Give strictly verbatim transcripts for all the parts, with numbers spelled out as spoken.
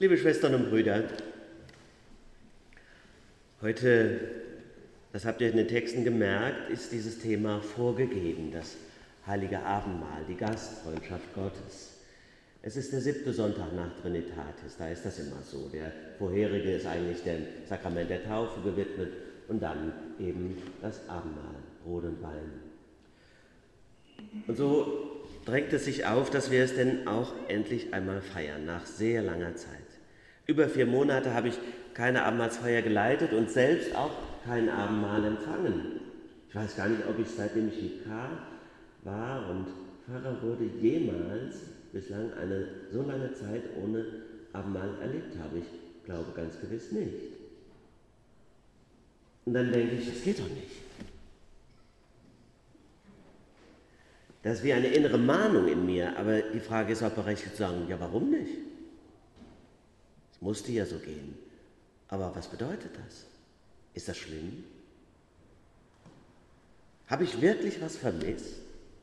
Liebe Schwestern und Brüder, heute, das habt ihr in den Texten gemerkt, ist dieses Thema vorgegeben, das heilige Abendmahl, die Gastfreundschaft Gottes. Es ist der siebte Sonntag nach Trinitatis, da ist das immer so. Der vorherige ist eigentlich dem Sakrament der Taufe gewidmet und dann eben das Abendmahl, Brot und Wein. Und so drängt es sich auf, dass wir es denn auch endlich einmal feiern, nach sehr langer Zeit. Über vier Monate habe ich keine Abendmahlsfeier geleitet und selbst auch kein Abendmahl empfangen. Ich weiß gar nicht, ob ich seitdem ich Vikar war und Pfarrer wurde, jemals bislang eine so lange Zeit ohne Abendmahl erlebt habe. Ich glaube ganz gewiss nicht. Und dann denke ich, das geht doch nicht. Das ist wie eine innere Mahnung in mir, aber die Frage ist auch berechtigt zu sagen, ja, warum nicht? Es musste ja so gehen. Aber was bedeutet das? Ist das schlimm? Habe ich wirklich was vermisst?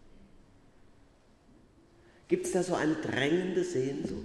Gibt es da so eine drängende Sehnsucht?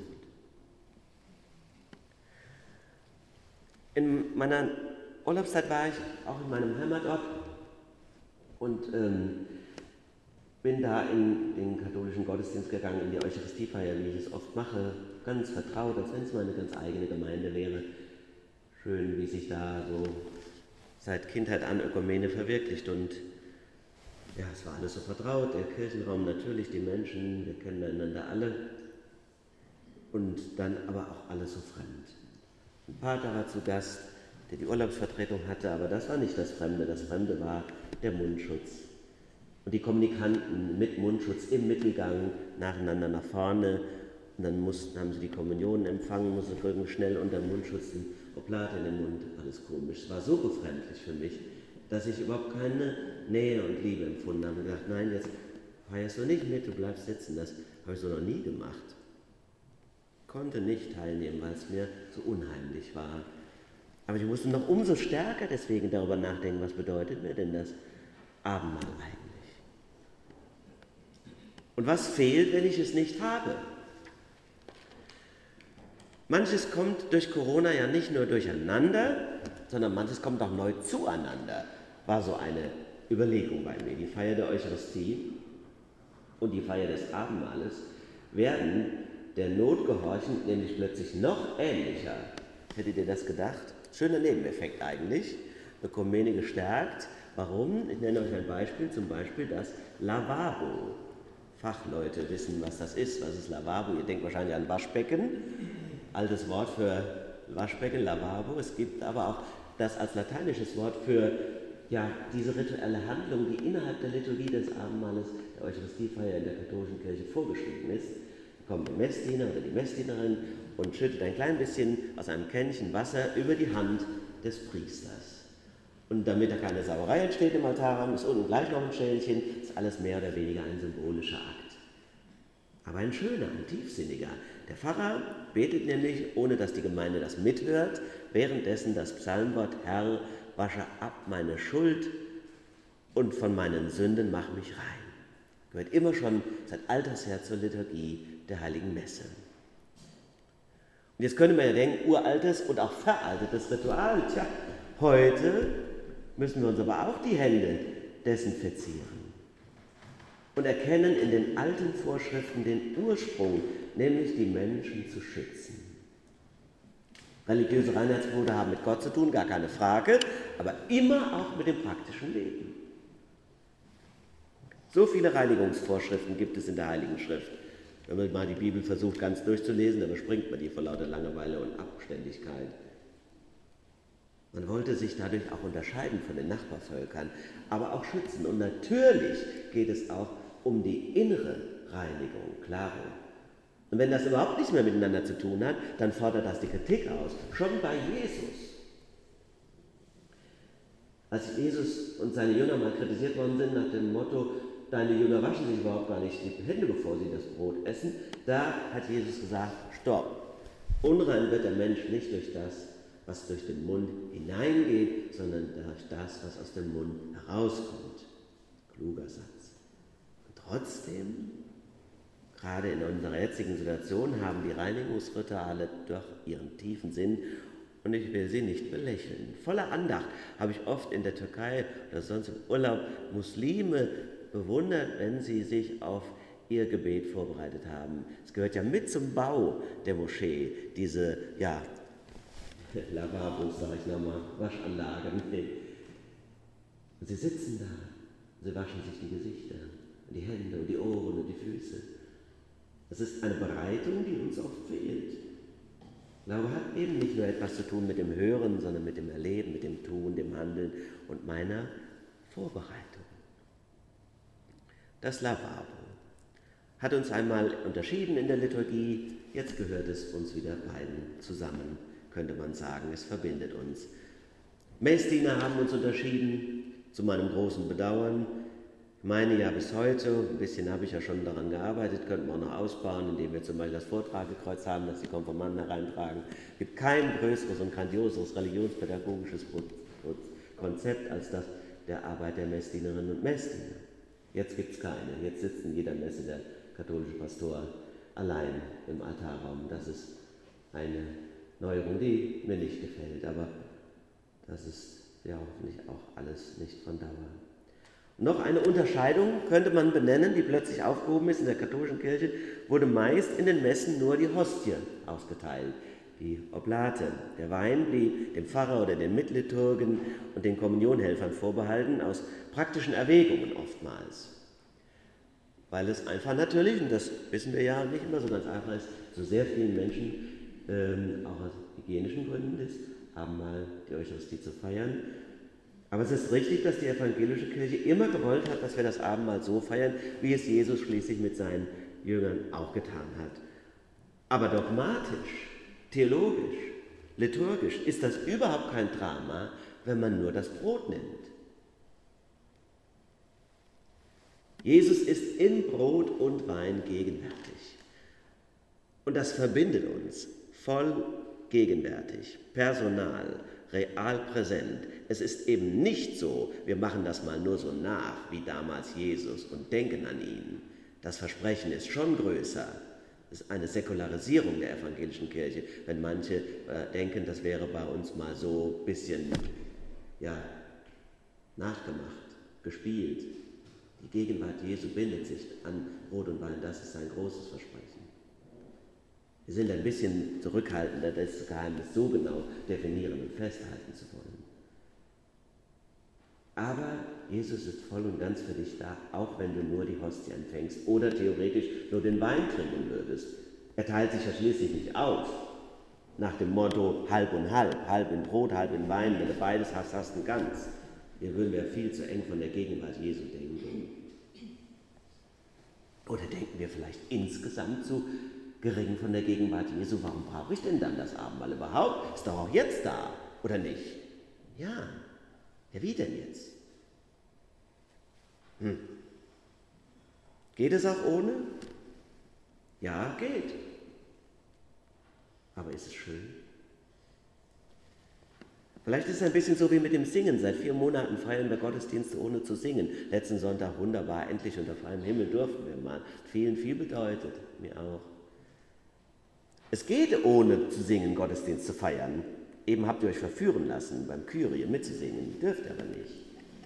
In meiner Urlaubszeit war ich auch in meinem Heimatort und ähm, bin da in den katholischen Gottesdienst gegangen, in die Eucharistiefeier, wie ich es oft mache, ganz vertraut, als wenn es meine ganz eigene Gemeinde wäre. Schön, wie sich da so seit Kindheit an Ökumene verwirklicht. Und ja, es war alles so vertraut, der Kirchenraum natürlich, die Menschen, wir kennen einander alle. Und dann aber auch alles so fremd. Ein Pater war zu Gast, der die Urlaubsvertretung hatte, aber das war nicht das Fremde, das Fremde war der Mundschutz. Und die Kommunikanten mit Mundschutz im Mittelgang nacheinander nach vorne. Und dann mussten, haben sie die Kommunion empfangen, mussten drücken schnell unter den Mundschutz den Oblat in den Mund. Alles komisch. Es war so befremdlich für mich, dass ich überhaupt keine Nähe und Liebe empfunden habe. Und gedacht, nein, jetzt feierst du nicht mit, du bleibst sitzen. Das habe ich so noch nie gemacht. Konnte nicht teilnehmen, weil es mir so unheimlich war. Aber ich musste noch umso stärker deswegen darüber nachdenken, was bedeutet mir denn das Abendmahl eigentlich? Und was fehlt, wenn ich es nicht habe? Manches kommt durch Corona ja nicht nur durcheinander, sondern manches kommt auch neu zueinander, war so eine Überlegung bei mir. Die Feier der Eucharistie und die Feier des Abendmahles werden der Not gehorchend nämlich plötzlich noch ähnlicher. Hättet ihr das gedacht? Schöner Nebeneffekt eigentlich. Ökumene gestärkt. Warum? Ich nenne euch ein Beispiel, zum Beispiel das Lavabo. Fachleute wissen, was das ist. Was ist Lavabo? Ihr denkt wahrscheinlich an Waschbecken. Altes Wort für Waschbecken, Lavabo. Es gibt aber auch das als lateinisches Wort für ja, diese rituelle Handlung, die innerhalb der Liturgie des Abendmahles, der Eucharistiefeier in der katholischen Kirche vorgeschrieben ist. Da kommt der Messdiener oder die Messdienerin und schüttet ein klein bisschen aus einem Kännchen Wasser über die Hand des Priesters. Und damit da keine Sauerei entsteht im Altarraum, ist unten gleich noch ein Schälchen, ist alles mehr oder weniger ein symbolischer Akt. Aber ein schöner, ein tiefsinniger. Der Pfarrer betet nämlich, ohne dass die Gemeinde das mithört, währenddessen das Psalmwort: Herr, wasche ab meine Schuld und von meinen Sünden mach mich rein. Gehört immer schon seit alters her zur Liturgie der Heiligen Messe. Und jetzt könnte man ja denken, uraltes und auch veraltetes Ritual. Tja, heute müssen wir uns aber auch die Hände desinfizieren und erkennen in den alten Vorschriften den Ursprung, nämlich die Menschen zu schützen. Religiöse Reinheitsgebote haben mit Gott zu tun, gar keine Frage, aber immer auch mit dem praktischen Leben. So viele Reinigungsvorschriften gibt es in der Heiligen Schrift. Wenn man mal die Bibel versucht, ganz durchzulesen, dann überspringt man die vor lauter Langeweile und Abständigkeit. Man wollte sich dadurch auch unterscheiden von den Nachbarvölkern, aber auch schützen. Und natürlich geht es auch um die innere Reinigung, Klarung. Und wenn das überhaupt nichts mehr miteinander zu tun hat, dann fordert das die Kritik aus. Schon bei Jesus. Als Jesus und seine Jünger mal kritisiert worden sind nach dem Motto, deine Jünger waschen sich überhaupt gar nicht die Hände, bevor sie das Brot essen, da hat Jesus gesagt, stopp. Unrein wird der Mensch nicht durch das, was durch den Mund hineingeht, sondern durch das, was aus dem Mund herauskommt. Kluger Satz. Und trotzdem Gerade in unserer jetzigen Situation haben die Reinigungsrituale doch ihren tiefen Sinn und ich will sie nicht belächeln. Voller Andacht habe ich oft in der Türkei oder sonst im Urlaub Muslime bewundert, wenn sie sich auf ihr Gebet vorbereitet haben. Es gehört ja mit zum Bau der Moschee, diese, ja, Lavabos, sag ich nochmal, Waschanlagen. Und sie sitzen da, sie waschen sich die Gesichter, und die Hände und die Ohren und die Füße. Das ist eine Bereitung, die uns oft fehlt. Glaube hat eben nicht nur etwas zu tun mit dem Hören, sondern mit dem Erleben, mit dem Tun, dem Handeln und meiner Vorbereitung. Das Lavabo hat uns einmal unterschieden in der Liturgie, jetzt gehört es uns wieder beiden zusammen, könnte man sagen, es verbindet uns. Messdiener haben uns unterschieden, zu meinem großen Bedauern. Ich meine ja bis heute, ein bisschen habe ich ja schon daran gearbeitet, könnten wir auch noch ausbauen, indem wir zum Beispiel das Vortragekreuz haben, das die Konfirmanden hereintragen. Es gibt kein größeres und grandioseres religionspädagogisches Konzept als das der Arbeit der Messdienerinnen und Messdiener. Jetzt gibt es keine. Jetzt sitzt in jeder Messe der katholische Pastor allein im Altarraum. Das ist eine Neuerung, die mir nicht gefällt, aber das ist ja hoffentlich auch alles nicht von Dauer. Noch eine Unterscheidung könnte man benennen, die plötzlich aufgehoben ist in der katholischen Kirche, wurde meist in den Messen nur die Hostie ausgeteilt, die Oblate. Der Wein blieb dem Pfarrer oder den Mitliturgen und den Kommunionhelfern vorbehalten, aus praktischen Erwägungen oftmals. Weil es einfach natürlich, und das wissen wir ja nicht immer so ganz einfach ist, so sehr vielen Menschen ähm, auch aus hygienischen Gründen ist, Abendmahl, die Eucharistie zu feiern. Aber es ist richtig, dass die evangelische Kirche immer gewollt hat, dass wir das Abendmahl so feiern, wie es Jesus schließlich mit seinen Jüngern auch getan hat. Aber dogmatisch, theologisch, liturgisch ist das überhaupt kein Drama, wenn man nur das Brot nimmt. Jesus ist in Brot und Wein gegenwärtig. Und das verbindet uns voll gegenwärtig, personal, real präsent. Es ist eben nicht so, wir machen das mal nur so nach, wie damals Jesus und denken an ihn. Das Versprechen ist schon größer. Es ist eine Säkularisierung der evangelischen Kirche, wenn manche äh, denken, das wäre bei uns mal so ein bisschen ja, nachgemacht, gespielt. Die Gegenwart Jesu bindet sich an Brot und Wein, das ist sein großes Versprechen. Wir sind ein bisschen zurückhaltender, das Geheimnis so genau definieren und festhalten zu wollen. Aber Jesus ist voll und ganz für dich da, auch wenn du nur die Hostie empfängst oder theoretisch nur den Wein trinken würdest. Er teilt sich ja schließlich nicht auf, nach dem Motto halb und halb, halb in Brot, halb in Wein, wenn du beides hast, hast du ganz. Hier würden wir viel zu eng von der Gegenwart Jesu denken. Oder denken wir vielleicht insgesamt zu gering von der Gegenwart Jesu, warum brauche ich denn dann das Abendmahl überhaupt? Ist doch auch jetzt da, oder nicht? Ja, ja, wie denn jetzt? Hm. Geht es auch ohne? Ja, geht. Aber ist es schön? Vielleicht ist es ein bisschen so wie mit dem Singen. Seit vier Monaten feiern wir Gottesdienste ohne zu singen. Letzten Sonntag wunderbar, endlich unter freiem Himmel durften wir mal. Vielen viel bedeutet, mir auch. Es geht ohne zu singen, Gottesdienst zu feiern. Eben habt ihr euch verführen lassen, beim Kyrie mitzusingen, dürft ihr aber nicht.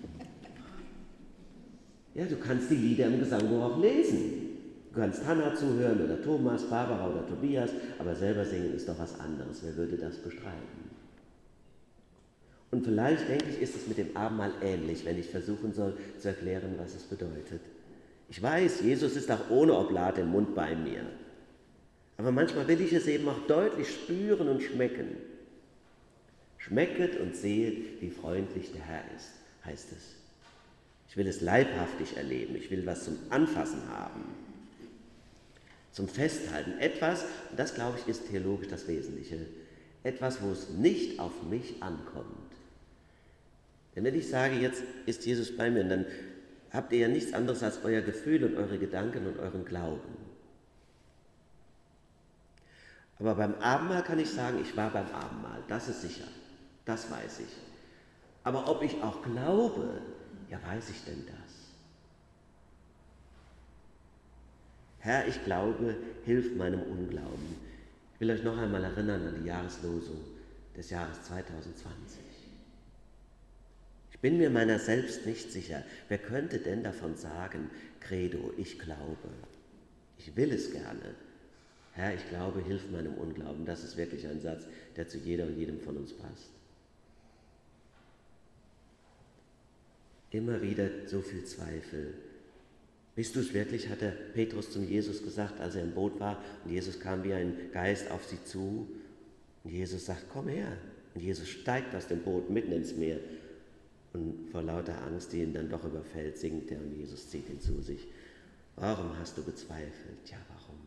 Ja, du kannst die Lieder im Gesangbuch auch lesen. Du kannst Hannah zuhören oder Thomas, Barbara oder Tobias, aber selber singen ist doch was anderes. Wer würde das bestreiten? Und vielleicht, denke ich, ist es mit dem Abendmahl ähnlich, wenn ich versuchen soll zu erklären, was es bedeutet. Ich weiß, Jesus ist auch ohne Oblate im Mund bei mir. Aber manchmal will ich es eben auch deutlich spüren und schmecken. Schmecket und sehet, wie freundlich der Herr ist, heißt es. Ich will es leibhaftig erleben, ich will was zum Anfassen haben, zum Festhalten. Etwas, und das glaube ich ist theologisch das Wesentliche, etwas, wo es nicht auf mich ankommt. Denn wenn ich sage, jetzt ist Jesus bei mir, dann habt ihr ja nichts anderes als euer Gefühl und eure Gedanken und euren Glauben. Aber beim Abendmahl kann ich sagen, ich war beim Abendmahl, das ist sicher, das weiß ich. Aber ob ich auch glaube, ja, weiß ich denn das? Herr, ich glaube, hilf meinem Unglauben. Ich will euch noch einmal erinnern an die Jahreslosung des Jahres zweitausendzwanzig. Ich bin mir meiner selbst nicht sicher. Wer könnte denn davon sagen, Credo, ich glaube, ich will es gerne. Herr, ich glaube, hilf meinem Unglauben. Das ist wirklich ein Satz, der zu jeder und jedem von uns passt. Immer wieder so viel Zweifel. Bist du es wirklich, hat der Petrus zum Jesus gesagt, als er im Boot war und Jesus kam wie ein Geist auf sie zu und Jesus sagt, komm her. Und Jesus steigt aus dem Boot mitten ins Meer und vor lauter Angst, die ihn dann doch überfällt, singt er und Jesus zieht ihn zu sich. Warum hast du gezweifelt? Ja, warum?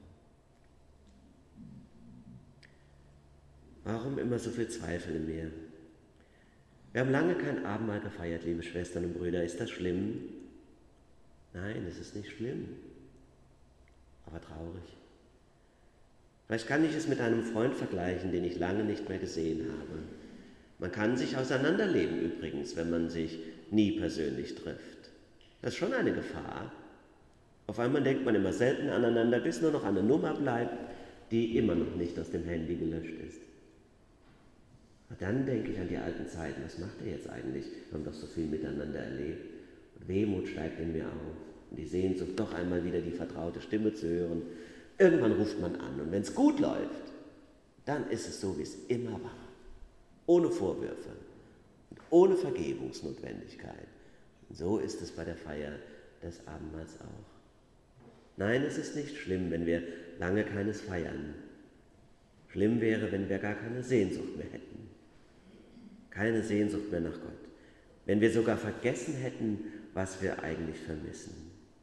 Warum immer so viel Zweifel in mir? Wir haben lange kein Abendmahl gefeiert, liebe Schwestern und Brüder. Ist das schlimm? Nein, es ist nicht schlimm, aber traurig. Vielleicht kann ich es mit einem Freund vergleichen, den ich lange nicht mehr gesehen habe. Man kann sich auseinanderleben übrigens, wenn man sich nie persönlich trifft. Das ist schon eine Gefahr. Auf einmal denkt man immer selten aneinander, bis nur noch eine Nummer bleibt, die immer noch nicht aus dem Handy gelöscht ist. Und dann denke ich an die alten Zeiten, was macht er jetzt eigentlich? Wir haben doch so viel miteinander erlebt. Und Wehmut steigt in mir auf und die Sehnsucht, doch einmal wieder die vertraute Stimme zu hören. Irgendwann ruft man an und wenn es gut läuft, dann ist es so, wie es immer war. Ohne Vorwürfe und ohne Vergebungsnotwendigkeit. Und so ist es bei der Feier des Abendmahls auch. Nein, es ist nicht schlimm, wenn wir lange keines feiern. Schlimm wäre, wenn wir gar keine Sehnsucht mehr hätten. Keine Sehnsucht mehr nach Gott. Wenn wir sogar vergessen hätten, was wir eigentlich vermissen.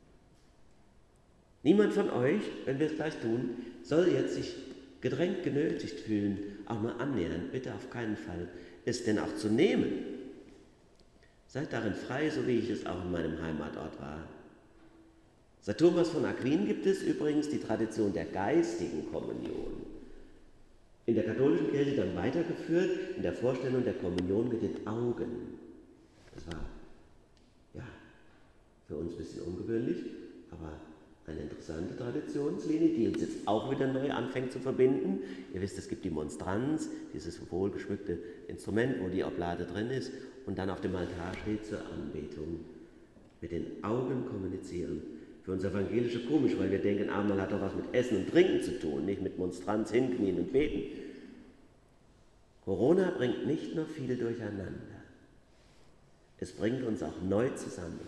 Niemand von euch, wenn wir es gleich tun, soll jetzt sich gedrängt genötigt fühlen, auch mal annähernd, bitte auf keinen Fall, es denn auch zu nehmen. Seid darin frei, so wie ich es auch in meinem Heimatort war. Seit Thomas von Aquin gibt es übrigens die Tradition der geistigen Kommunion. In der katholischen Kirche dann weitergeführt, in der Vorstellung der Kommunion mit den Augen. Das war, ja, für uns ein bisschen ungewöhnlich, aber eine interessante Traditionslinie, die uns jetzt auch wieder neu anfängt zu verbinden. Ihr wisst, es gibt die Monstranz, dieses wohlgeschmückte Instrument, wo die Oblate drin ist und dann auf dem Altar steht zur Anbetung. Mit den Augen kommunizieren. Für uns Evangelische komisch, weil wir denken, Abendmahl hat doch was mit Essen und Trinken zu tun, nicht mit Monstranz, hinknien und beten. Corona bringt nicht nur viel durcheinander, es bringt uns auch neu zusammen.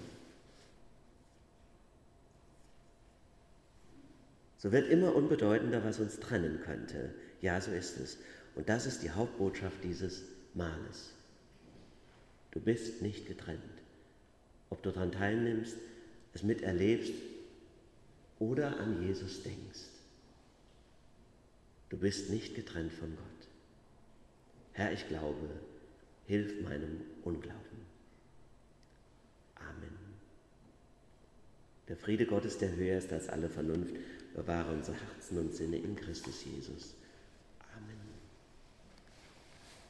So wird immer unbedeutender, was uns trennen könnte. Ja, so ist es. Und das ist die Hauptbotschaft dieses Mahles. Du bist nicht getrennt. Ob du daran teilnimmst, es miterlebst oder an Jesus denkst. Du bist nicht getrennt von Gott. Herr, ich glaube, hilf meinem Unglauben. Amen. Der Friede Gottes, der höher ist als alle Vernunft, bewahre unsere Herzen und Sinne in Christus Jesus.